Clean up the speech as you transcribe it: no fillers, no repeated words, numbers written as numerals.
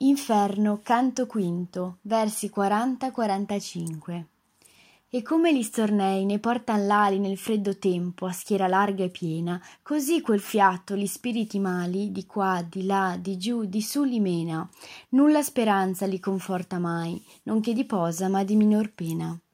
Inferno, canto quinto, versi 40-45. E come gli stornei ne portan l'ali nel freddo tempo a schiera larga e piena, così quel fiato gli spiriti mali di qua, di là, di giù, di su li mena. Nulla speranza li conforta mai, non che di posa ma di minor pena.